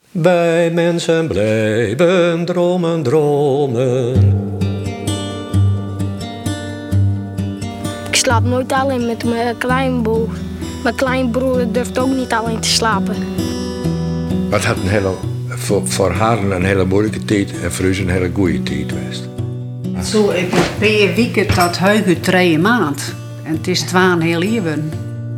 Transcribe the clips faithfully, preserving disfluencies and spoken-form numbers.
Wij mensen blijven dromen, dromen. Ik slaap nooit alleen met mijn kleinbroer. Mijn kleinbroer durft ook niet alleen te slapen. Het had een hele, voor, voor haar een hele moeilijke tijd en voor ons een hele goede tijd geweest. Zo, ik heb per week tot heugen drie maand. En het is twaalf heel even.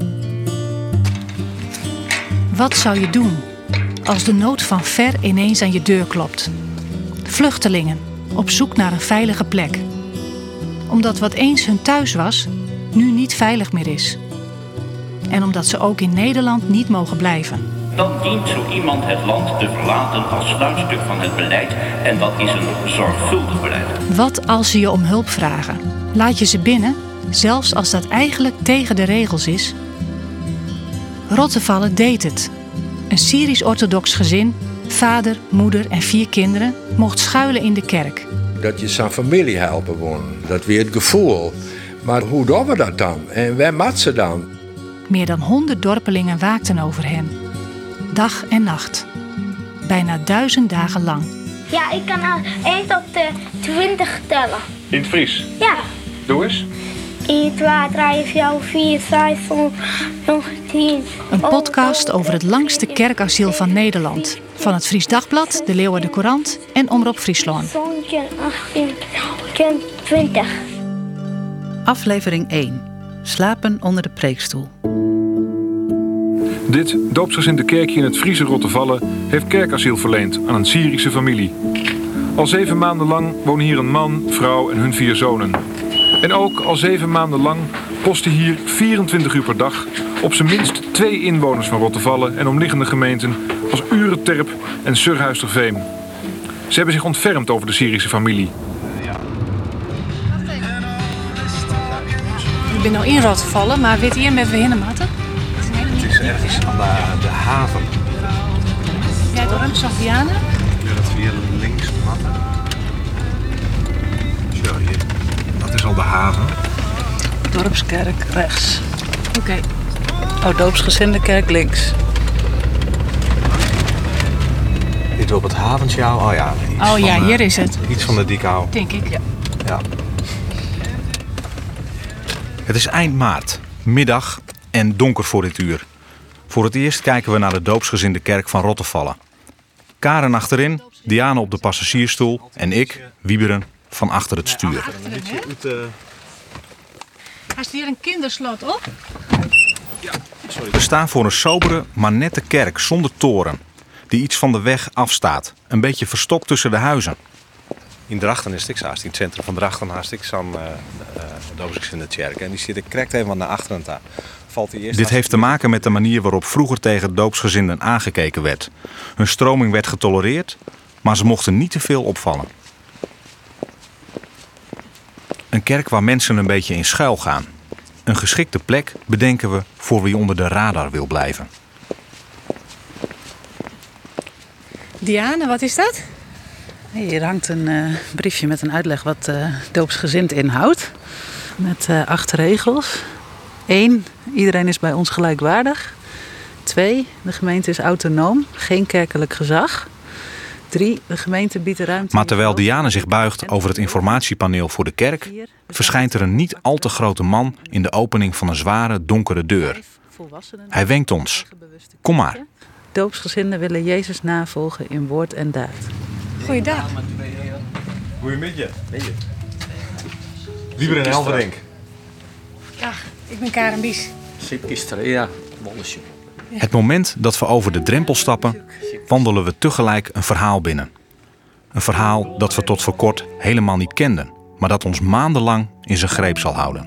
Wat zou je doen als de nood van ver ineens aan je deur klopt? Vluchtelingen op zoek naar een veilige plek. Omdat wat eens hun thuis was, nu niet veilig meer is. En omdat ze ook in Nederland niet mogen blijven. Dan dient zo iemand het land te verlaten als sluitstuk van het beleid. En dat is een zorgvuldig beleid. Wat als ze je om hulp vragen? Laat je ze binnen, zelfs als dat eigenlijk tegen de regels is? Rottevallen deed het. Een Syrisch-orthodox gezin, vader, moeder en vier kinderen, mocht schuilen in de kerk. Dat je zijn familie helpen wonen, dat weer het gevoel. Maar hoe doen we dat dan? En waar maakt ze dan? Meer dan honderd dorpelingen waakten over hen. Dag en nacht. Bijna duizend dagen lang. Ja, ik kan al één tot twintig tellen. In het Fries? Ja. Doe eens. één, twee, drie, vier, vier, vijf, nog tien. Een podcast over het langste kerkasiel van Nederland. Van het Fries Dagblad, de Leeuwarden Courant en Omroep Friesland. zeventien, achttien, twintig. Aflevering één. Slapen onder de preekstoel. Dit doopsgezinde kerkje in het Friese Rottevallen heeft kerkasiel verleend aan een Syrische familie. Al zeven maanden lang wonen hier een man, vrouw en hun vier zonen. En ook al zeven maanden lang posten hier vierentwintig uur per dag op zijn minst twee inwoners van Rottevallen en omliggende gemeenten als Urenterp en Surhuisterveen. Ze hebben zich ontfermd over de Syrische familie. Ik ben nou in Rottevallen, maar weet je met we heen matten? Het is ergens aan de, de haven. Ja, dorp Sofia. Ja, dat via links matten. Zo, hier. Dat is al de haven. Dorpskerk rechts. Oké. Okay. Oh, doopsgezinde kerk links. Dit op het haventje. Oh ja. Oh ja, van, hier uh, is het. Iets van de Diekau. Denk ik. Ja. Ja. Het is eind maart, middag en donker voor dit uur. Voor het eerst kijken we naar de doopsgezinde kerk van Rottevallen. Karen achterin, Diane op de passagiersstoel en ik, Wieberen, van achter het stuur. Hij hier een kinderslot op? We staan voor een sobere, maar nette kerk zonder toren, die iets van de weg afstaat. Een beetje verstopt tussen de huizen. In Drachten is het, in het centrum van Drachten haast ik zo'n uh, uh, doopsgezinde kerk. En die zit ik correct even naar achteren aan. Dit heeft te maken met de manier waarop vroeger tegen doopsgezinden aangekeken werd. Hun stroming werd getolereerd, maar ze mochten niet te veel opvallen. Een kerk waar mensen een beetje in schuil gaan. Een geschikte plek, bedenken we, voor wie onder de radar wil blijven. Diane, wat is dat? Hier hangt een uh, briefje met een uitleg wat uh, doopsgezind inhoudt. Met uh, acht regels. Eén, iedereen is bij ons gelijkwaardig. Twee, de gemeente is autonoom, geen kerkelijk gezag. Drie, de gemeente biedt ruimte... Maar terwijl Diane zich buigt over het informatiepaneel voor de kerk, verschijnt er een niet al te grote man in de opening van een zware, donkere deur. Hij wenkt ons. Kom maar. Doopsgezinden willen Jezus navolgen in woord en daad. Goeiedag. Goedemiddag. Wieberen en Helverink. Ja, ik ben Karen Bies. Ja, wonderschap. Het moment dat we over de drempel stappen, wandelen we tegelijk een verhaal binnen. Een verhaal dat we tot voor kort helemaal niet kenden, maar dat ons maandenlang in zijn greep zal houden.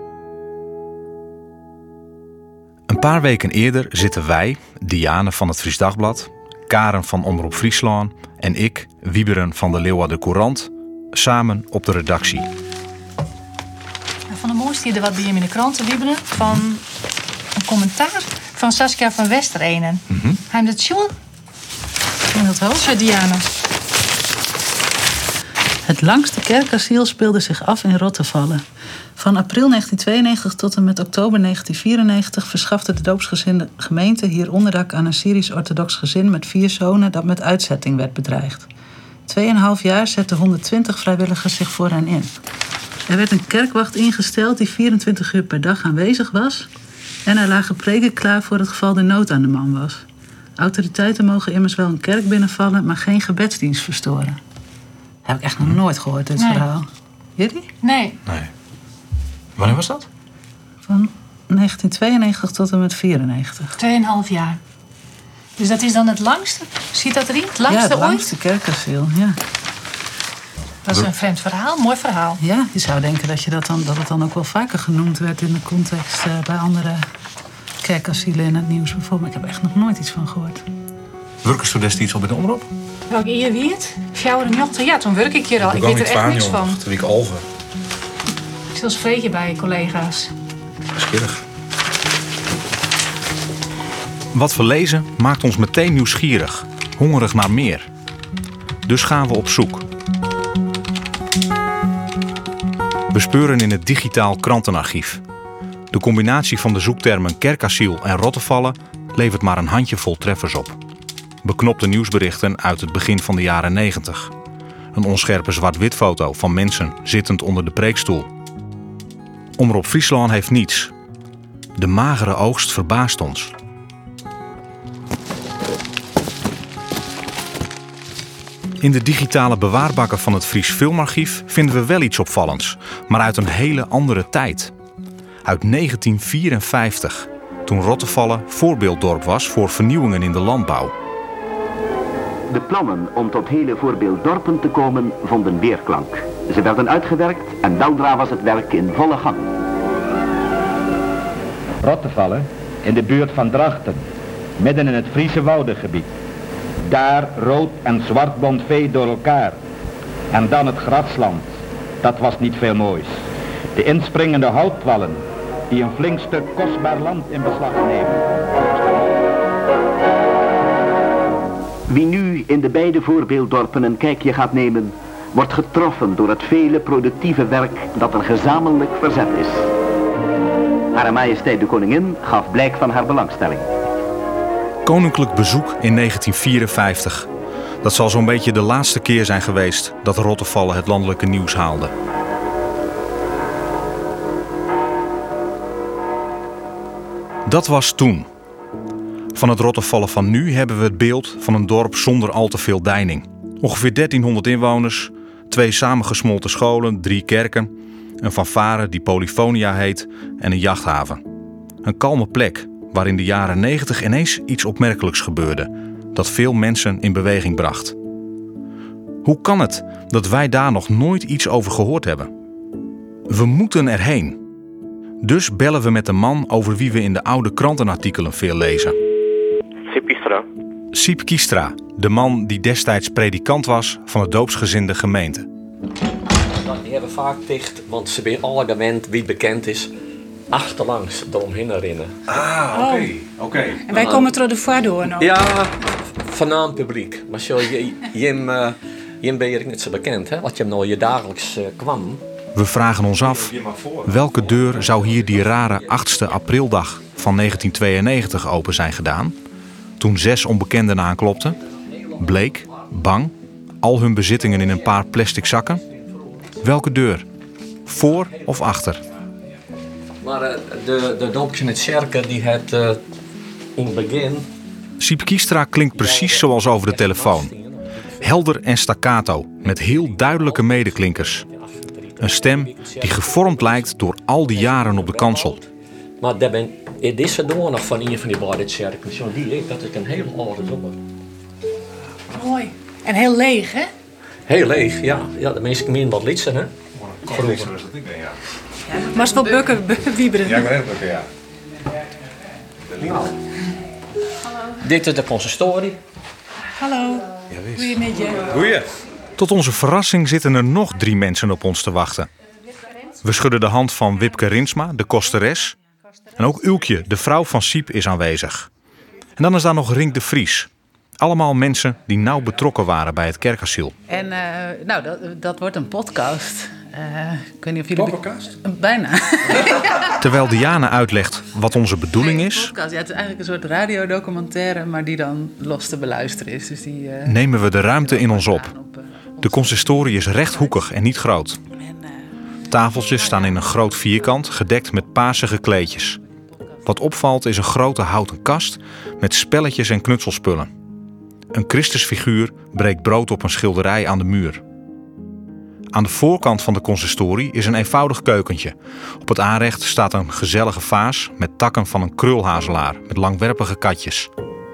Een paar weken eerder zitten wij, Diane van het Fries Dagblad, Karen van Omroep Friesland en ik, Wieberen van de Leeuwarden Courant, samen op de redactie. Van de mooiste hier wat bij hem in de kranten, Wieberen, van een commentaar van Saskia van Westerenen. Mm-hmm. Hij heeft het John. En dat wel, zo Diana. Het langste kerkasiel speelde zich af in Rottevallen. Van april negentien tweeënnegentig tot en met oktober negentien vierennegentig verschafte de doopsgezinde gemeente hier onderdak aan een Syrisch-orthodox gezin met vier zonen dat met uitzetting werd bedreigd. Tweeënhalf jaar zetten honderdtwintig vrijwilligers zich voor hen in. Er werd een kerkwacht ingesteld die vierentwintig uur per dag aanwezig was en er lagen preken klaar voor het geval de nood aan de man was. Autoriteiten mogen immers wel een kerk binnenvallen, maar geen gebedsdienst verstoren. Dat heb ik echt nog nooit gehoord, dit Nee. verhaal. Jullie? Nee. Nee. Wanneer was dat? Van negentien tweeënnegentig tot en met vierennegentig. Tweeënhalf jaar. Dus dat is dan het langste? Ziet dat erin? Het langste ja, het ooit? langste kerkasiel, ja. Dat is een vreemd verhaal, mooi verhaal. Ja, je zou denken dat, je dat, dan, dat het dan ook wel vaker genoemd werd in de context uh, bij andere kerkasielen in het nieuws bijvoorbeeld. Ik heb echt nog nooit iets van gehoord. Werkest u destijds al bij de omroep? Welke eer wie het? Fjouwer en jochten. Ja, toen werk ik hier al. Ik weet er echt niks van. Toen ik over. Ik zal spreken bij collega's. Schierig. Wat we lezen maakt ons meteen nieuwsgierig, hongerig naar meer. Dus gaan we op zoek. We speuren in het digitaal krantenarchief. De combinatie van de zoektermen kerkasiel en rottevallen levert maar een handjevol treffers op. Beknopte nieuwsberichten uit het begin van de jaren negentig. Een onscherpe zwart-wit foto van mensen zittend onder de preekstoel. Omroep Friesland heeft niets. De magere oogst verbaast ons. In de digitale bewaarbakken van het Fries Filmarchief vinden we wel iets opvallends, maar uit een hele andere tijd. Uit negentien vierenvijftig, toen Rottevallen voorbeelddorp was voor vernieuwingen in de landbouw. De plannen om tot hele voorbeelddorpen te komen vonden weerklank. Ze werden uitgewerkt en weldra was het werk in volle gang. Rottevallen in de buurt van Drachten, midden in het Friese Woudengebied. Daar rood en zwart blond vee door elkaar. En dan het grasland. Dat was niet veel moois. De inspringende houtwallen die een flink stuk kostbaar land in beslag nemen. Wie nu in de beide voorbeelddorpen een kijkje gaat nemen, wordt getroffen door het vele productieve werk dat er gezamenlijk verzet is. Hare Majesteit de Koningin gaf blijk van haar belangstelling. Koninklijk bezoek in negentien vierenvijftig. Dat zal zo'n beetje de laatste keer zijn geweest dat Rottevallen het landelijke nieuws haalde. Dat was toen. Van het Rottevallen van nu hebben we het beeld van een dorp zonder al te veel deining. Ongeveer dertienhonderd inwoners, twee samengesmolten scholen, drie kerken, een fanfare die Polyfonia heet en een jachthaven. Een kalme plek waar in de jaren negentig ineens iets opmerkelijks gebeurde, dat veel mensen in beweging bracht. Hoe kan het dat wij daar nog nooit iets over gehoord hebben? We moeten erheen. Dus bellen we met de man over wie we in de oude krantenartikelen veel lezen. Siep Kiestra. Siep Kiestra, de man die destijds predikant was van de doopsgezinde gemeente. Die hebben vaak dicht, want ze bij alle gewend wie bekend is, achterlangs eromheen rennen. Ah, oké. Okay. Okay. En wij komen er de voor door nog. Ja, voornaam publiek. Maar zo, je, je, je ben je niet zo bekend, hè? Wat je nou je dagelijks uh, kwam. We vragen ons af, welke deur zou hier die rare achtste aprildag van negentien tweeënnegentig open zijn gedaan? Toen zes onbekenden aanklopten, bleek, bang, al hun bezittingen in een paar plastic zakken. Welke deur? Voor of achter? Maar uh, de, de doopjes in het kerken die het uh, in het begin... Siep Kiestra klinkt precies zoals over de telefoon. Helder en staccato, met heel duidelijke medeklinkers. Een stem die gevormd lijkt door al die jaren op de kansel. Maar daar ben ik is er door nog van een van die beide kerken. Zo die dat is een hele oude zomer. Mooi. En heel leeg, hè? Heel leeg, ja. Ja, de mensen meer wat litsen, hè? Vroeger. Dat ik ben, ja. Maar het wel bukken, wieberen. Ja, ik ben heel bukken, ja. Nou. Dit is de consistorie. Hallo. Goedemiddag. Goeie. Tot onze verrassing zitten er nog drie mensen op ons te wachten. We schudden de hand van Wipke Rinsma, de kosteres. En ook Ulkje, de vrouw van Siep, is aanwezig. En dan is daar nog Rink de Vries. Allemaal mensen die nauw betrokken waren bij het kerkasiel. En uh, nou, dat, dat wordt een podcast. Uh, ik weet niet of jullie... Poppenkast? Be- Bijna. Terwijl Diana uitlegt wat onze bedoeling is... Podcast, ja, het is eigenlijk een soort radiodocumentaire, maar die dan los te beluisteren is. Dus die, uh... nemen we de ruimte in ons op. De consistorie is rechthoekig en niet groot. Tafeltjes staan in een groot vierkant, gedekt met paarsige kleedjes. Wat opvalt is een grote houten kast met spelletjes en knutselspullen. Een Christusfiguur breekt brood op een schilderij aan de muur. Aan de voorkant van de consistorie is een eenvoudig keukentje. Op het aanrecht staat een gezellige vaas met takken van een krulhazelaar met langwerpige katjes.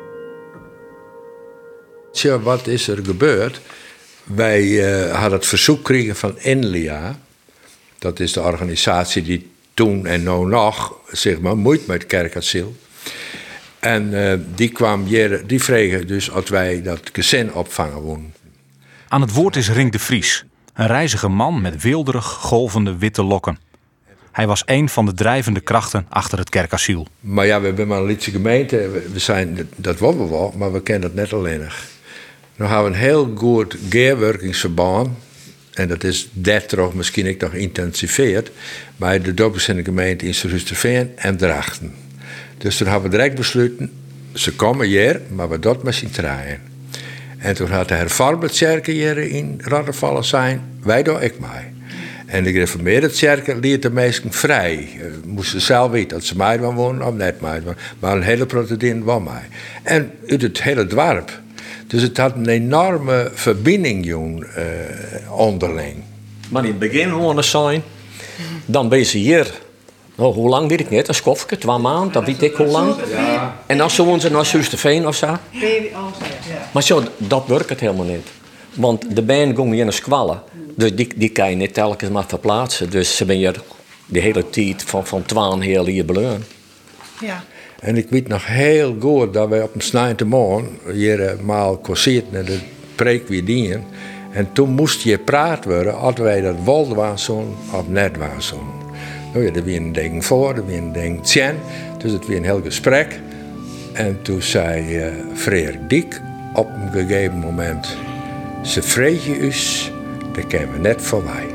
Tja, wat is er gebeurd? Wij uh, hadden het verzoek gekregen van Enlia. Dat is de organisatie die toen en nu nog zeg maar, moeit met kerkasiel. En uh, die kwam hier, die vregen dus als wij dat gezin opvangen wonen. Aan het woord is Rink de Vries, een reizige man met weelderig golvende witte lokken. Hij was een van de drijvende krachten achter het kerkasiel. Maar ja, we hebben maar een Lietse gemeente. We zijn, dat willen we wel, maar we kennen dat net alleen. Nu hebben we een heel goed gearwerkingsverband. En dat is dertig misschien ik nog intensiveerd. Maar de doopsgezinde gemeente in Rusterveen en Drachten. Dus toen hebben we direct besloten, ze komen hier, maar we dat met z'n draaien. En toen had de hervormde kerk hier in Rottevallen zijn, wij doen ik mee. En de gereformeerde kerk liet de meesten vrij. Uh, moesten zelf weten dat ze mij wilden wonen of net mij wonen. Maar een hele protestant wel mij. En uit het hele dorp. Dus het had een enorme verbinding, jong, uh, onderling. Maar in het begin wonen zijn, dan ben je hier. Nou, hoe lang weet ik niet, een skofje, twee maanden, dat weet ik hoe lang. Ja. En dan zo wonen ze naar Zusterveen of zo. Maar zo, dat werkt het helemaal niet. Want de band ging in een squallen. Dus die, die kan je niet telkens maar verplaatsen. Dus ze ben je de hele tijd van, van twaalf heel hier beleun. Ja. En ik weet nog heel goed dat wij op een snijde morgen hier maal corseert naar de preek weer dienen. En toen moest je praat worden of wij dat wilden was zo'n of net was zo'n. Nou ja, er weer een ding voor, er weer een ding tjen. Dus het weer een heel gesprek. En toen zei uh, Frederik Diek op een gegeven moment: ze vreet je us, daar komen we net voorbij.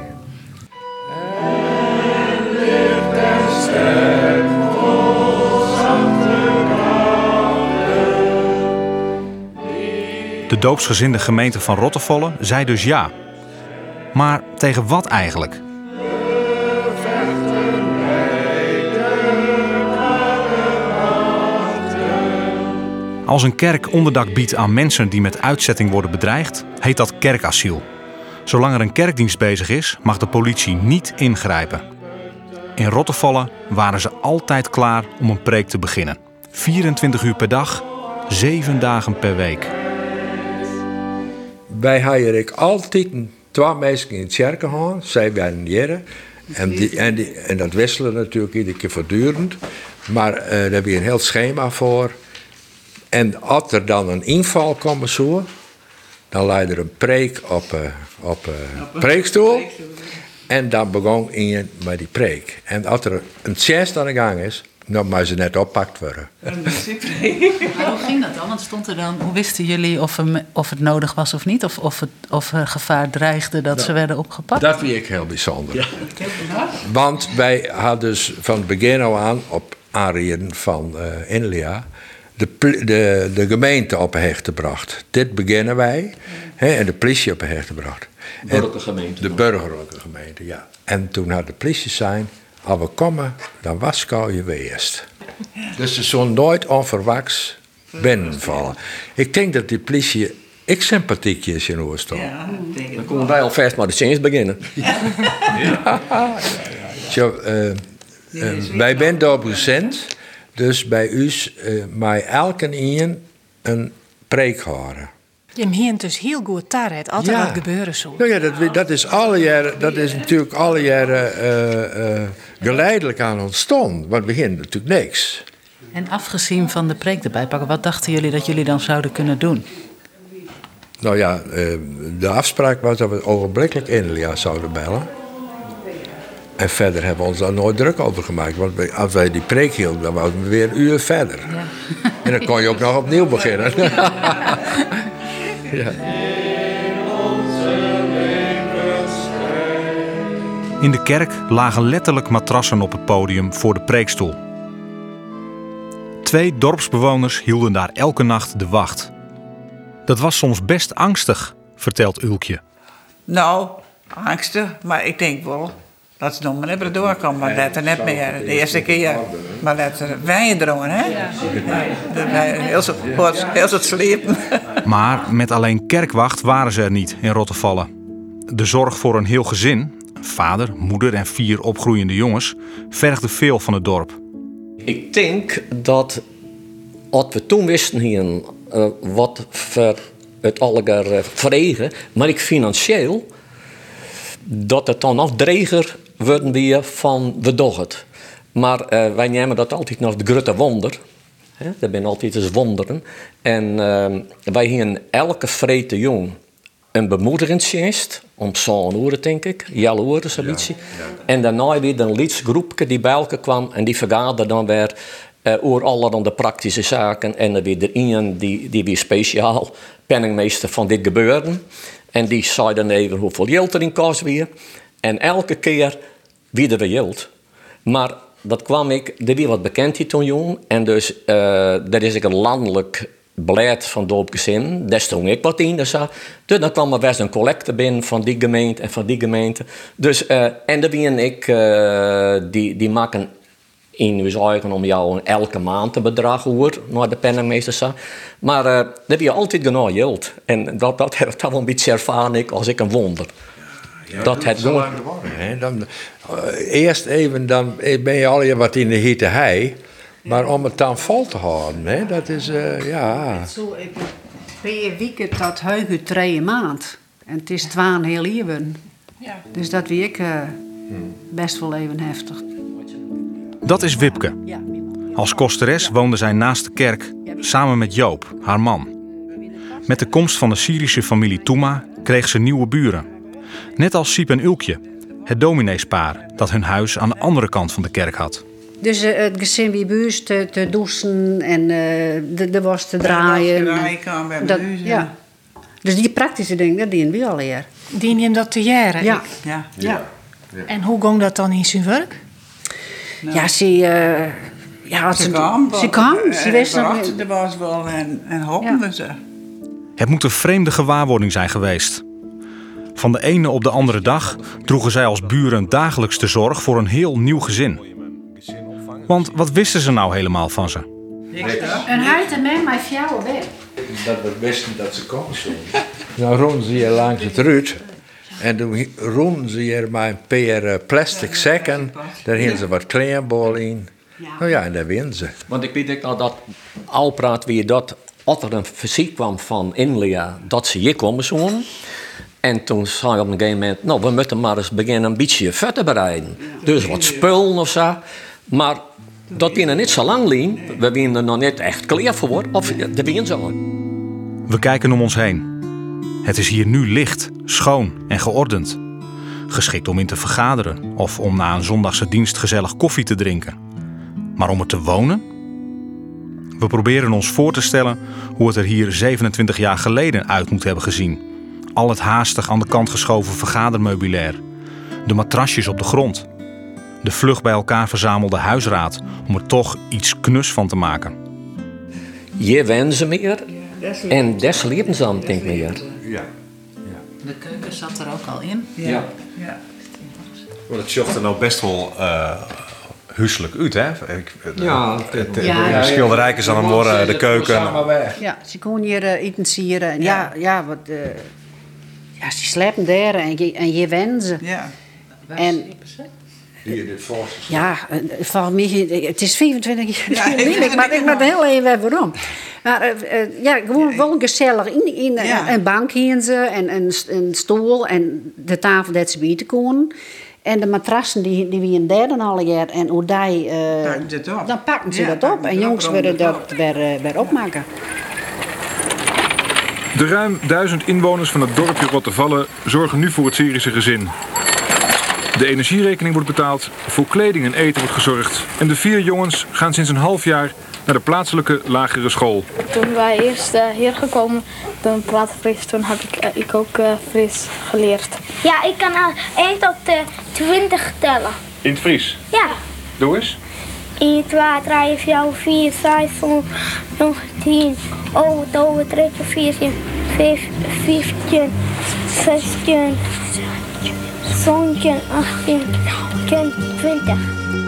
De doopsgezinde gemeente van Rottevallen zei dus ja. Maar tegen wat eigenlijk? Als een kerk onderdak biedt aan mensen die met uitzetting worden bedreigd, heet dat kerkasiel. Zolang er een kerkdienst bezig is, mag de politie niet ingrijpen. In Rottevallen waren ze altijd klaar om een preek te beginnen. vierentwintig uur per dag, zeven dagen per week. Wij hadden ik altijd twee mensen in het kerk gehad, zij waren jaren. En, die, en, die, en dat wisselen natuurlijk iedere keer voortdurend. Maar uh, daar heb je een heel schema voor. En als er dan een inval kwam zo, dan leidde er een preek op een uh, op, uh, preekstoel. En dan begon je met die preek. En als er een tjest aan de gang is, dan moet ze net oppakt worden. Maar hoe ging dat dan? Want stond er dan, hoe wisten jullie of, er, of het nodig was of niet? Of, of, het, of er gevaar dreigde dat nou, ze werden opgepakt? Dat vind ik heel bijzonder. Ja. Want wij hadden dus van het begin al aan, op aanreden van uh, Enlia, de, de, de gemeente op een hecht gebracht. Dit beginnen wij. Hè, en de politie op een hecht gebracht. Burgergemeente. De burgerlijke gemeente, ja. En toen had de politie zijn, als we komen, dan was het al je geweest. Dus ze zullen nooit onverwachts binnenvallen. Ik denk dat die politie ik sympathiek is in Oorstad. Ja, dan komen wij al vast maar de change beginnen. Ja. Ja. Ja. Zo, uh, uh, wij zijn doopgezend, dus bij u uh, mij elke een een preek horen. Je hebt hier dus heel goed taart, altijd Ja. wat gebeuren zo. Nou ja, dat, dat is alle jaren, dat is natuurlijk alle jaren uh, uh, geleidelijk aan ontstaan. Want het begint natuurlijk niks. En afgezien van de preek erbij pakken, wat dachten jullie dat jullie dan zouden kunnen doen? Nou ja, uh, de afspraak was dat we ogenblikkelijk Enlia zouden bellen. En verder hebben we ons daar nooit druk over gemaakt. Want wij- als wij die preek hielden, dan wouden we weer een uur verder. Ja. En dan kon je ook nog opnieuw beginnen. Ja. In de kerk lagen letterlijk matrassen op het podium voor de preekstoel. Twee dorpsbewoners hielden daar elke nacht de wacht. Dat was soms best angstig, vertelt Ulkje. Nou, angstig, maar ik denk wel dat ze nog maar even doorkomen. Maar dat er net meer. De eerste keer. Maar dat er wijn dronken, hè? Ja. Heel zo, heel zo slepen. Maar met alleen kerkwacht waren ze er niet in Rottevallen. De zorg voor een heel gezin, vader, moeder en vier opgroeiende jongens, vergde veel van het dorp. Ik denk dat, als we toen wisten hier uh, wat voor het allegaar uh, vregen, maar ik financieel, dat het dan nog dreger worden weer van we doch het. Maar uh, wij nemen dat altijd nog de grote wonder. Hè? Er zijn altijd eens wonderen. En uh, wij hier elke vrete jong een bemoederingsdienst, om zo'n uren denk ik, jelle uren zo'n beetje. Ja, ja. En daarna weer een lidsgroepje die bij elkaar kwam en die vergaderde dan weer uh, over allerhande praktische zaken. En er weer er een die, die weer speciaal penningmeester van dit gebeuren. En die zei dan even hoeveel geld er in kost weer. En elke keer wie er weer geld. Maar dat kwam ik, er weer wat bekend hier toen jong. En dus uh, daar is ik een landelijk beleid van doopgezin. Daar stond ik wat in. Dus, uh, dus dan kwam er best een collecte binnen van die gemeente en van die gemeente. Dus, uh, en daar ben ik, uh, die, die maken in uw eigen om jou elke maand een bedrag hoor, naar de penningmeester. Maar uh, daar heb je altijd genoeg geld. En dat, dat heb ik wel een beetje ervaren ik als ik een wonder. Ja, dat het zo lang geworden. Hè? Dan, uh, eerst even, dan ben je al je wat in de hitte hei. Maar om het dan vol te houden, hè, dat is, uh, ja... Zo, ik ben weken tot heugen drie maand. En het is twaalf heel even. Ja. Dus dat weet ik uh, best wel even heftig. Dat is Wipke. Als kosteres woonde zij naast de kerk, samen met Joop, haar man. Met de komst van de Syrische familie Touma kreeg ze nieuwe buren. Net als Siep en Ulkje, het domineespaar dat hun huis aan de andere kant van de kerk had. Dus uh, het gezin wie buurs te, te douchen en uh, de, de was te draaien. De was te draaien bij dat, huis, ja. Dus die praktische dingen, dat dienen we al eer. Dien je hem dat te jaren? Ja. Ja. Ja. Ja. En hoe ging dat dan in zijn werk? Nou, ja, ze... Uh, ja, ze kwam. Ze kwam. Ze wist dat er was wel en, en hoopten ja. ze. Het moet een vreemde gewaarwording zijn geweest. Van de ene op de andere dag droegen zij als buren dagelijks de zorg voor een heel nieuw gezin. Want wat wisten ze nou helemaal van ze? Een huid en mij, mijn vrouw weg. Dat we wisten dat ze komen stonden. Dan ronden ze hier langs het ruut. En dan ronden ze hier met een paar plastic zakken. Daar hebben ze wat kleinbol in. Nou ja, en daar winnen ze. Want ik weet nou dat al praat wie dat als er een fysiek kwam van India, dat ze hier komen zo'n. En toen zei ik op een gegeven moment, nou, we moeten maar eens beginnen een beetje vet te bereiden. Dus wat spullen of zo. Maar dat we er niet zo lang liggen, we zijn er nog niet echt klaar voor, of de winnen zo. We kijken om ons heen. Het is hier nu licht, schoon en geordend. Geschikt om in te vergaderen of om na een zondagse dienst gezellig koffie te drinken. Maar om er te wonen? We proberen ons voor te stellen hoe het er hier zevenentwintig jaar geleden uit moet hebben gezien. Al het haastig aan de kant geschoven vergadermeubilair. De matrasjes op de grond. De vlug bij elkaar verzamelde huisraad om er toch iets knus van te maken. Je wensen meer en des levensam denk ik meer. Ja. De keuken zat er ook al in. Ja. ja. ja. Want het zocht er nou best wel uh, huiselijk uit, hè? Ik, ja. Het, het, ja. De schilderijken aan het worden, de keuken. Ja, ze kon hier uh, eten sieren. En ja, ja, ja wat... Uh, ja, ze slepen daar en je, en je wensen. Ja. En... Hier, dit voorstel. Ja, van mij, het is vijfentwintig jaar geleden, maar ik weet heel even waarom. Maar uh, ja, gewoon wel gezellig. In, in ja. Een bank hier ze en een, een stoel en de tafel dat ze bij te komen. En de matrassen die, die wie een derde al jaar en hoe die, uh, dan pakken ze ja, dat op. En jongens willen dat weer, uh, weer opmaken. De ruim duizend inwoners van het dorpje Rottevallen zorgen nu voor het Syrische gezin. De energierekening wordt betaald, voor kleding en eten wordt gezorgd. En de vier jongens gaan sinds een half jaar naar de plaatselijke lagere school. Toen wij eerst uh, hier gekomen, toen praatte Fries, toen heb ik, uh, ik ook uh, Fries geleerd. Ja, ik kan al één tot uh, twintig tellen. In het Fries? Ja. Doe eens. één, twee, drie, vier, vier, vijf, zes, tien, elf, twaalf, dertien, veertien, vijftien, zestien, zeventien, achttien, twintig.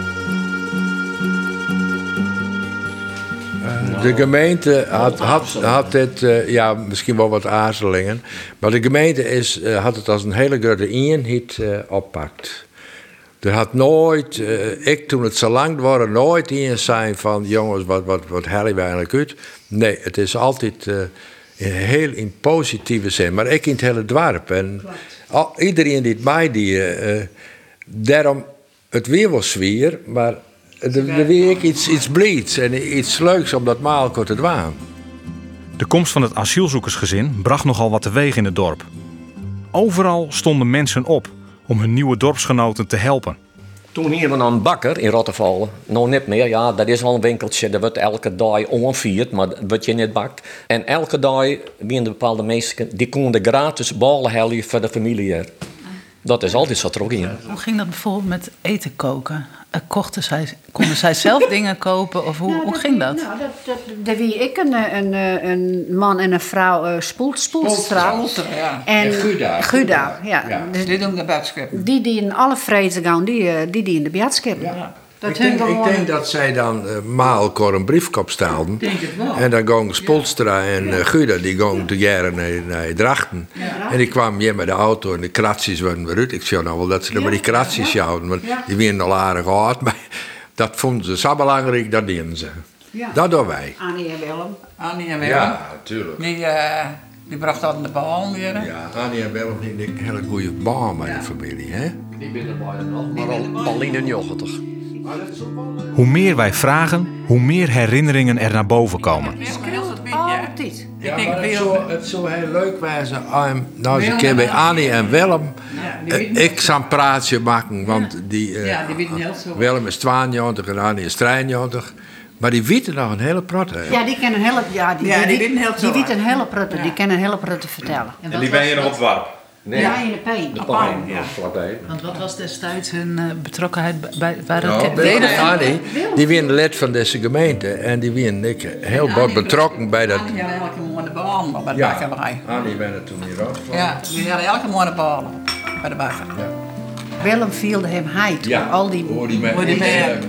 De gemeente had, had, had dit, uh, ja, misschien wel wat aarzelingen, maar de gemeente is, uh, had het als een hele grote eenheid uh, oppakt. Er had nooit, uh, ik toen het zo lang was, nooit iemand zijn van jongens, wat, wat, wat hellen we eigenlijk uit. Nee, het is altijd uh, in, heel in positieve zin, maar ik in het hele dorp. En al, iedereen die het mij die, uh, daarom, het weer was sfeer, maar er weer iets, iets blieds en iets leuks om dat maal te doen. De komst van het asielzoekersgezin bracht nogal wat teweeg in het dorp. Overal stonden mensen op om hun nieuwe dorpsgenoten te helpen. Toen hier we naar een bakker in Rottevallen. Nou niet meer, ja, dat is al een winkeltje. Dat wordt elke dag onvierd, maar dat wordt je niet bakt. En elke dag waren bepaalde mensen die konden gratis ballen halen voor de familie hier. Dat is altijd zo terug in. Hoe ging dat bijvoorbeeld met eten koken? Kochten zij, konden zij zelf dingen kopen? Of hoe, nou, hoe ging dat? Nou, dat, dat, dat wie ik een, een, een man en een vrouw uh, spoelt, spoelstra. Spoelstra, ja. En, en Guda. Guda, ja. ja. Dus die doen de bedscheppen. Die die in alle vrede gaan, die, die die in de bedscheppen. Ja. Dat ik, denk, ik denk dat zij dan uh, maal kor een briefkop stelden. En dan gingen Spolstra en uh, Guda die gingen te jaren naar, naar Drachten. Ja. En die kwamen hier met de auto en de kratsies werden weer uit. Ik zei nou wel dat ze er maar die kratsies houden, want ja. die werden al aardig hard. Maar dat vonden ze zo belangrijk, dat deden ze. Ja. Dat doen wij. Annie en Willem. Annie en Willem. Ja, natuurlijk. Die, uh, die bracht altijd de bal weer. Ja, Annie en Willem die een hele goede baan met ja. de familie, hè? Die binnen bijna nog, maar al, al in de negentig. Hoe meer wij vragen, hoe meer herinneringen er naar boven komen. Altijd. Ja, maar het zou, het zou heel leuk zijn om nou eens een keer bij Annie en Willem ja, uh, ik zo'n praatje maken. Want die, uh, ja, die weten heel zo. Willem is tweeënnegentig en Annie is drieënnegentig. Maar die weten nog een hele protte. Ja, die kennen hele, ja, die, ja, die, die, die, heel die weten een hele protte. Ja. Die kennen een hele protte vertellen. En, en die ben je nog op het warp? Nee. Ja, in de pijn. De pijn, ja. Vlakbij. Want wat was destijds hun uh, betrokkenheid bij waar nou, het deden? Annie, die waren lid van deze gemeente en die waren ik heel ja, bot betrokken bij dat. Annie had elke morgen de baan bij de ja, bakkerij. Annie ben er toen hier ook van. Ja, die hadden elke morgen de baan bij de bakker. Ja. Willem viel hem heid. Ja, al die hoor die mensen.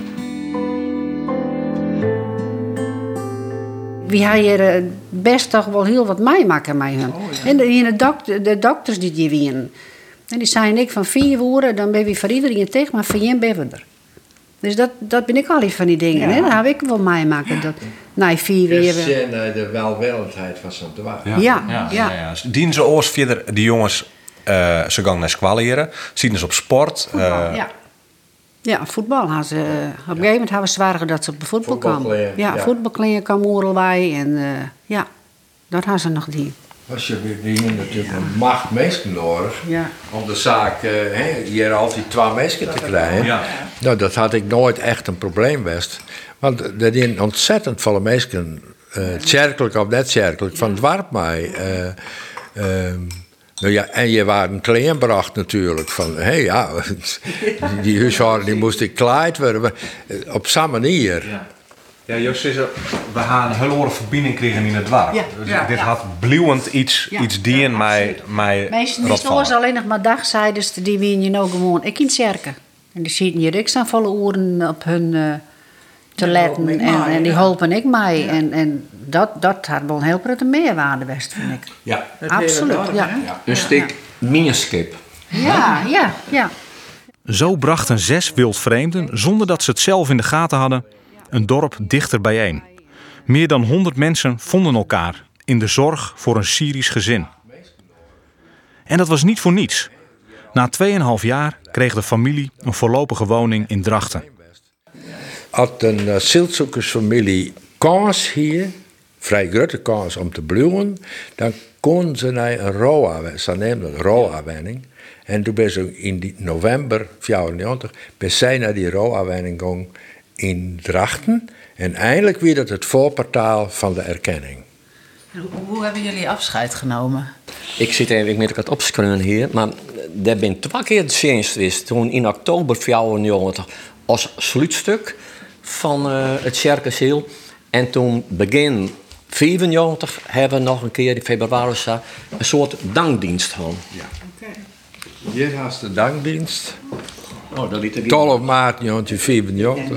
Wie hij hier uh, best toch wel heel wat meemaken met hem. Oh, ja. En de, de, dokter, de dokters die die winnen. En die zeiden ik van vier woorden, dan ben je voor iedereen tegen, maar voor je ben je er. Dus dat, dat ben ik al eens van die dingen. Ja. Hè? Dat heb ik wel meemaken. Dat, nee, vier weer. Dat is de welwillendheid van zo'n te wachten. Ja, ja. ja. ja. ja, ja. Dienen ze oors verder, die jongens, uh, ze gaan naar squalieren, zien ze op sport. Voetbal, uh, ja. Ja, voetbal. Had ze, uh, op een gegeven moment hebben ze zwaar dat ze op de voetbal kwamen. Ja, ja. voetbalkleren kwam oorlei en uh, ja, dat hadden ze nog die. Als je die natuurlijk ja. een macht mensen nodig ja. om de zaak uh, he, hier altijd twee mensen te krijgen. Ja. Nou, dat had ik nooit echt een probleem geweest. Want er zijn ontzettend veel mensen, uh, kerkelijk of net kerkelijk, van het warp mij. Uh, uh, Nou ja, en je waren kleinbracht natuurlijk. Van, hé hey, ja, die huishouden die moest ik kleid worden. Op zo'n manier. Ja, ja Joost is er, we gaan een hele verbinding krijgen in het dorp. Ja. Dus ja, dit ja. had blijwend iets, ja. iets dien ja, mij mij meestal niet zoals alleen nog maar dag zeiden ze, die wien je nou gewoon, ik in het kerken. En die zitten hier ik staan volle oren op hun uh, te letten. En, en, en die helpen ik mij. Ja. En, en dat, dat had wel een heel grote meerwaarde best, vind ik. Ja. Absoluut, ja. ja. Een stuk meerskip. Ja, ja, ja. Zo brachten zes wildvreemden, zonder dat ze het zelf in de gaten hadden, een dorp dichter bijeen. Meer dan honderd mensen vonden elkaar in de zorg voor een Syrisch gezin. En dat was niet voor niets. Na tweeënhalf jaar kreeg de familie een voorlopige woning in Drachten. Als een asielzoekersfamilie kans hier, vrij grote kans om te blijven, dan kon ze naar een R O A, ze nemen een R O A-woning. En toen ben ze in die november vijfennegentig ben zij naar die R O A-woning gegaan in Drachten. En eindelijk weer dat het voorportaal van de erkenning. Hoe, hoe hebben jullie afscheid genomen? Ik zit even met het opschrijven hier, maar daar ben twee keer de dienst geweest. Toen in oktober vijfennegentig als sluitstuk van uh, het Kerkasiel. En toen begin vijfennegentig hebben we nog een keer in februari een soort dankdienst gehad. Ja. Okay. Hier haast de dankdienst. Oh, dat liet twaalf maart negentien vijfennegentig.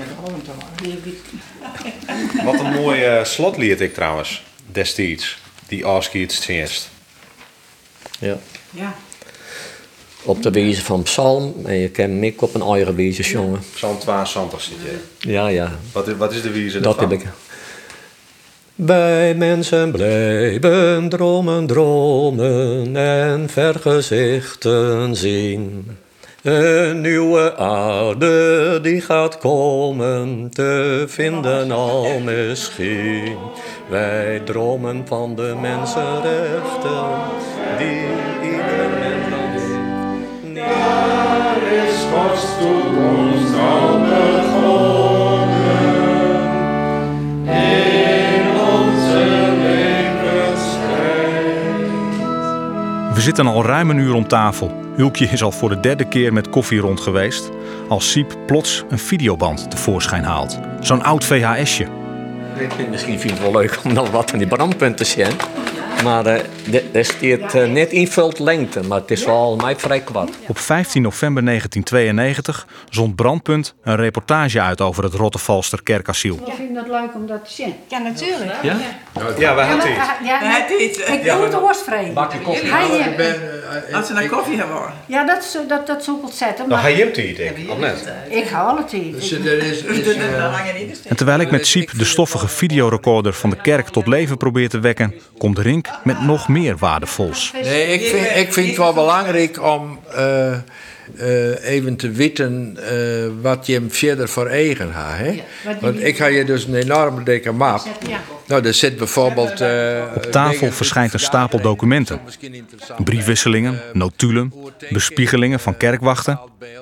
Wat een mooi uh, slotlied ik trouwens, destijds. Die afscheidsdienst. Ja. Ja. Op de wijze van psalm. En je kent me op een eigen wijze, jongen. Psalm tweeëntwintig zit je. Ja, ja. Wat is, wat is de wijze dat daarvan? heb ik. Wij mensen blijven dromen, dromen en vergezichten zien. Een nieuwe aarde die gaat komen, te vinden al misschien. Wij dromen van de mensenrechten, die ieder mens dan heeft. Daar is Gods toekomst al begonnen, in onze levensstrijd. We zitten al ruim een uur om tafel. Hulkje is al voor de derde keer met koffie rond geweest, als Siep plots een videoband tevoorschijn haalt. Zo'n oud V H S'je. Ik vind, misschien vind ik het wel leuk om nog wat van die brandpunten te zien. Maar uh, er staat uh, net invult lengte, maar het is wel mij vrij kwart. Op vijftien november negentien tweeënnegentig zond Brandpunt een reportage uit over het Rottevalster kerkasiel. Ik vind het leuk om dat te zien. Ja, natuurlijk. Ja? Ja, wij hadden iets. Ja, Wij hadden iets. Ik Ja, doe het oorsvrij. Bak je koffie. Als ze naar koffie hebben. Ja, dat, is- dat, dat zou ik wel zetten. Nou, Maar ga je hem te eten, of net? ik hou alle tijd. Dus er is, is, uh, En terwijl ik met Siep de stoffige videorecorder van de kerk tot leven probeer te wekken, komt Rink met nog meer waardevols. nee, ik vind, ik vind het wel belangrijk om uh, uh, even te weten uh, wat je hem verder voor eigen hebt. Hè? Want ik ga je dus een enorme dikke map. Nou, er zit bijvoorbeeld... Uh, Op tafel verschijnt een stapel documenten. Briefwisselingen, notulen, bespiegelingen van kerkwachten.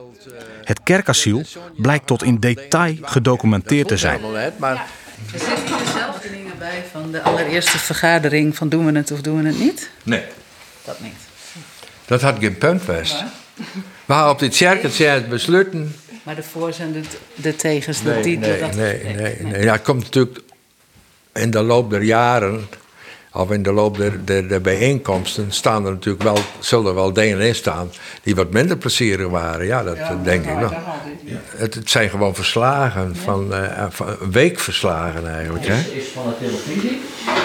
Het kerkasiel blijkt tot in detail gedocumenteerd te zijn. Maar Er zitten hier dezelfde dingen bij van de allereerste vergadering van doen we het of doen we het niet? nee, Dat niet. dat had geen punt geweest. We hadden op dit kerkensjaar besloten. Maar de voor's en de, de tegens, de Nee, die, nee, dat... nee, nee, nee. Ja, het komt natuurlijk in de loop der jaren, of in de loop der, der, der bijeenkomsten, staan er natuurlijk wel, zullen er wel dingen in staan die wat minder plezierig waren. Ja, dat Ja, denk dat ik had- wel. dat had ik, ja. Het, het zijn gewoon verslagen, van, uh, van weekverslagen eigenlijk. Hè? Dit is van de televisie,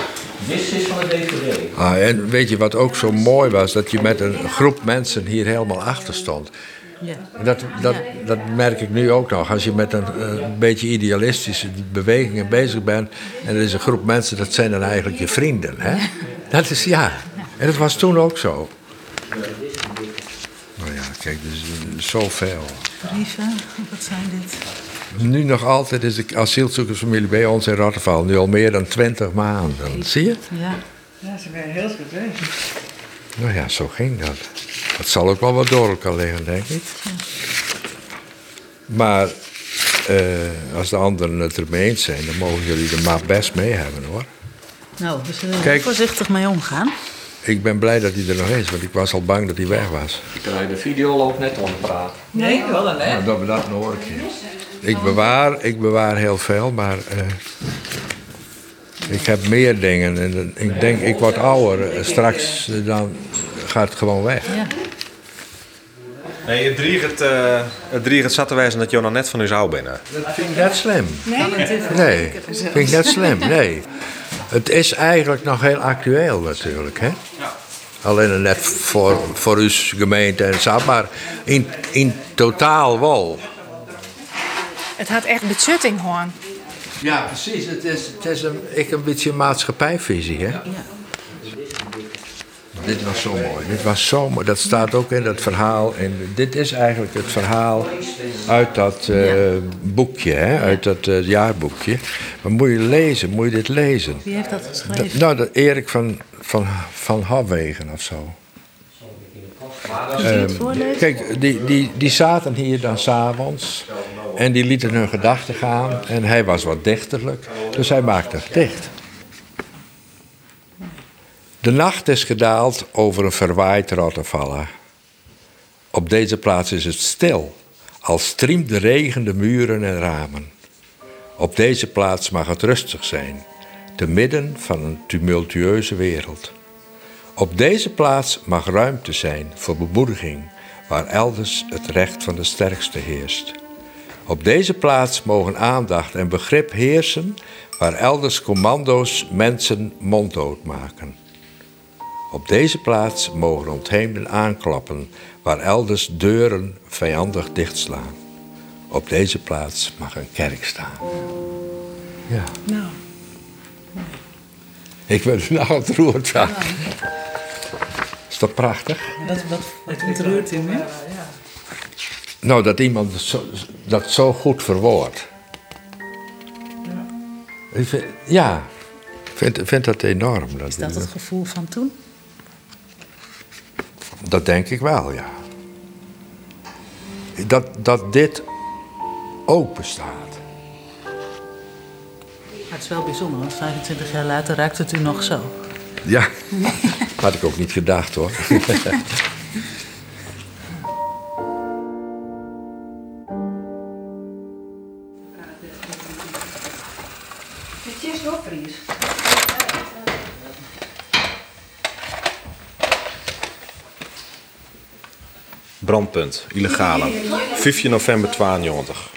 dit is van de D V D. Ah, en weet je wat ook zo mooi was? Dat je met een groep mensen hier helemaal achter stond. Ja. Dat, dat, dat merk ik nu ook nog. Als je met een, een beetje idealistische bewegingen bezig bent en er is een groep mensen, dat zijn dan eigenlijk je vrienden. Hè? Dat is ja. En dat was toen ook zo. Nou ja, kijk, dus zoveel. Brieven, wat zijn dit? Nu nog altijd is de asielzoekersfamilie bij ons in Rotteval. Nu al meer dan twintig maanden. Zie je? Ja. Ja, ze zijn heel goed bezig. Nou ja, zo ging dat. Dat zal ook wel wat door elkaar liggen, denk ik. Maar uh, als de anderen het ermee eens zijn, dan mogen jullie er maar best mee hebben, hoor. Nou, we zullen er Kijk. voorzichtig mee omgaan. Ik ben blij dat hij er nog is, want ik was al bang dat hij weg was. Ik kan de video ook net ompraten. Nee, wel dan, hè? Nou, dat we dat nog een keer. Ik bewaar, ik bewaar heel veel, maar uh, ik heb meer dingen. En ik denk, ik word ouder. Uh, straks uh, dan gaat het gewoon weg. Ja. Nee, het driegt uh, het driegt zat te wijzen dat je nog net van uw zou binnen. Dat vind ik net slim. Nee? Nee, vind ik net slim, nee. Het is eigenlijk nog heel actueel natuurlijk, hè? Alleen net voor, voor uw gemeente en zo, maar in, in totaal wel. Het had echt betutting gewoon. Ja, precies. Het is, het is een, ik een beetje een maatschappijvisie, hè? Dit was zo mooi. Dit was zo mooi. Dat staat ook in dat verhaal. En dit is eigenlijk het verhaal uit dat uh, boekje, hè? Uit dat uh, jaarboekje. Maar moet je lezen, moet je dit lezen. Wie heeft dat geschreven? Dat, nou, dat Erik van, van, van Hafwegen of zo. Kun je het voorlezen? Kijk, die, die, die zaten hier dan s'avonds. En die lieten hun gedachten gaan. En hij was wat dichterlijk. Dus hij maakte een gedicht. De nacht is gedaald over een verwaaid Rottevallen. Op deze plaats is het stil. Al striemt de regen de muren en ramen. Op deze plaats mag het rustig zijn. Te midden van een tumultueuze wereld. Op deze plaats mag ruimte zijn voor bemoediging, waar elders het recht van de sterkste heerst. Op deze plaats mogen aandacht en begrip heersen, waar elders commando's mensen monddood maken. Op deze plaats mogen ontheemden aanklappen, waar elders deuren vijandig dichtslaan. Op deze plaats mag een kerk staan. Ja. Nou. Ik ben er nou ontroerd van. Ja. Is dat prachtig? Wat, wat, wat ontroert u me? Nou, dat iemand zo, dat zo goed verwoordt. Ja, ik vind, ja, ik vind, vind dat enorm. Dat is dat het gevoel van toen? Dat denk ik wel, ja. Dat, dat dit ook bestaat. Maar het is wel bijzonder, want vijfentwintig jaar later raakt het u nog zo. Ja, had ik ook niet gedacht, hoor. Brandpunt, illegale. vijftien november tweeënnegentig.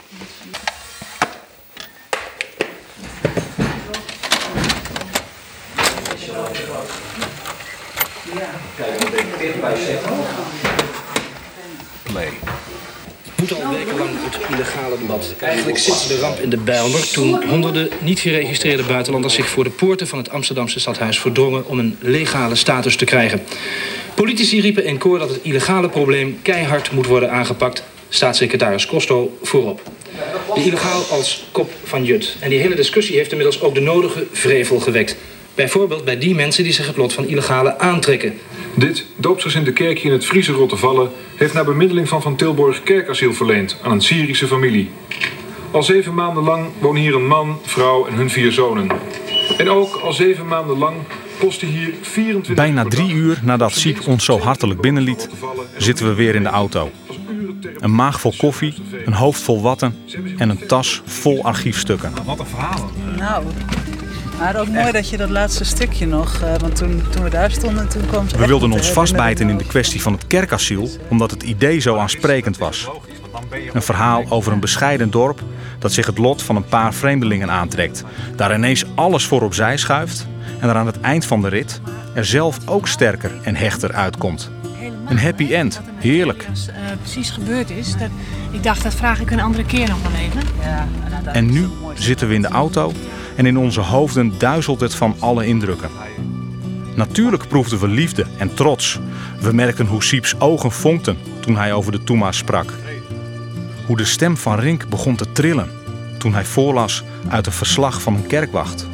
Play. Het moet al wekenlang het illegale debat. Eigenlijk sinds de ramp in de Bijlmer, toen honderden niet geregistreerde buitenlanders zich voor de poorten van het Amsterdamse stadhuis verdrongen om een legale status te krijgen. Politici riepen in koor dat het illegale probleem keihard moet worden aangepakt. Staatssecretaris Costo voorop. De illegaal als kop van Jut. En die hele discussie heeft inmiddels ook de nodige vrevel gewekt. Bijvoorbeeld bij die mensen die zich het lot van illegale aantrekken. Dit doopsgezinde kerkje in het Friese Rottevallen heeft na bemiddeling van Van Tilburg kerkasiel verleend aan een Syrische familie. Al zeven maanden lang wonen hier een man, vrouw en hun vier zonen. En ook al zeven maanden lang kostte hier vierentwintig... Bijna drie uur nadat Siep ons zo hartelijk binnenliet, zitten we weer in de auto. Een maag vol koffie, een hoofd vol watten en een tas vol archiefstukken. Wat een verhaal. Nou, maar ook mooi dat je dat laatste stukje nog, uh, want toen, toen we daar stonden, toen kwam ze... We wilden ons vastbijten in de kwestie van het kerkasiel, omdat het idee zo aansprekend was. Een verhaal over een bescheiden dorp dat zich het lot van een paar vreemdelingen aantrekt, daar ineens alles voor opzij schuift en er aan het eind van de rit er zelf ook sterker en hechter uitkomt. Een happy end, heerlijk. Wat uh, precies gebeurd is, dat, ik dacht dat vraag ik een andere keer nog wel even. Ja, en nu zitten we in de auto en in onze hoofden duizelt het van alle indrukken. Natuurlijk proefden we liefde en trots. We merkten hoe Sieps ogen vonkten toen hij over de Toema sprak. Hoe de stem van Rink begon te trillen toen hij voorlas uit een verslag van een kerkwacht.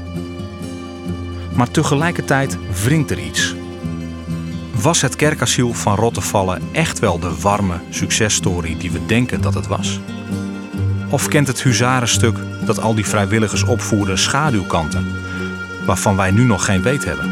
Maar tegelijkertijd wringt er iets. Was het kerkasiel van Rottevallen echt wel de warme successtory die we denken dat het was? Of kent het huzarenstuk dat al die vrijwilligers opvoerde schaduwkanten, waarvan wij nu nog geen weet hebben?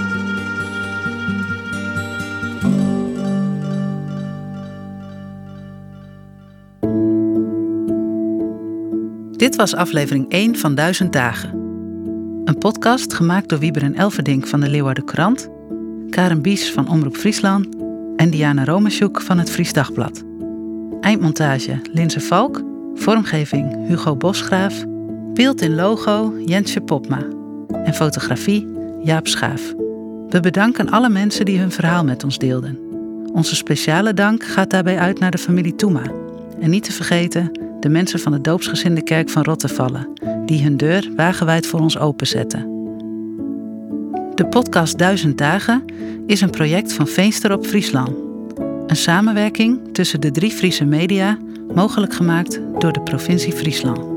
Dit was aflevering één van Duizend Dagen. Een podcast gemaakt door Wieberen Elverdink van de Leeuwarden Courant, Karen Bies van Omroep Friesland en Diana Romasjoek van het Fries Dagblad. Eindmontage Linse Valk, vormgeving Hugo Bosgraaf, beeld en logo Jensje Popma en fotografie Jaap Schaaf. We bedanken alle mensen die hun verhaal met ons deelden. Onze speciale dank gaat daarbij uit naar de familie Toema. En niet te vergeten de mensen van de doopsgezinde kerk van Rottevallen, die hun deur wagenwijd voor ons openzetten. De podcast Duizend Dagen is een project van Veensterop Friesland. Een samenwerking tussen de drie Friese media, mogelijk gemaakt door de provincie Friesland.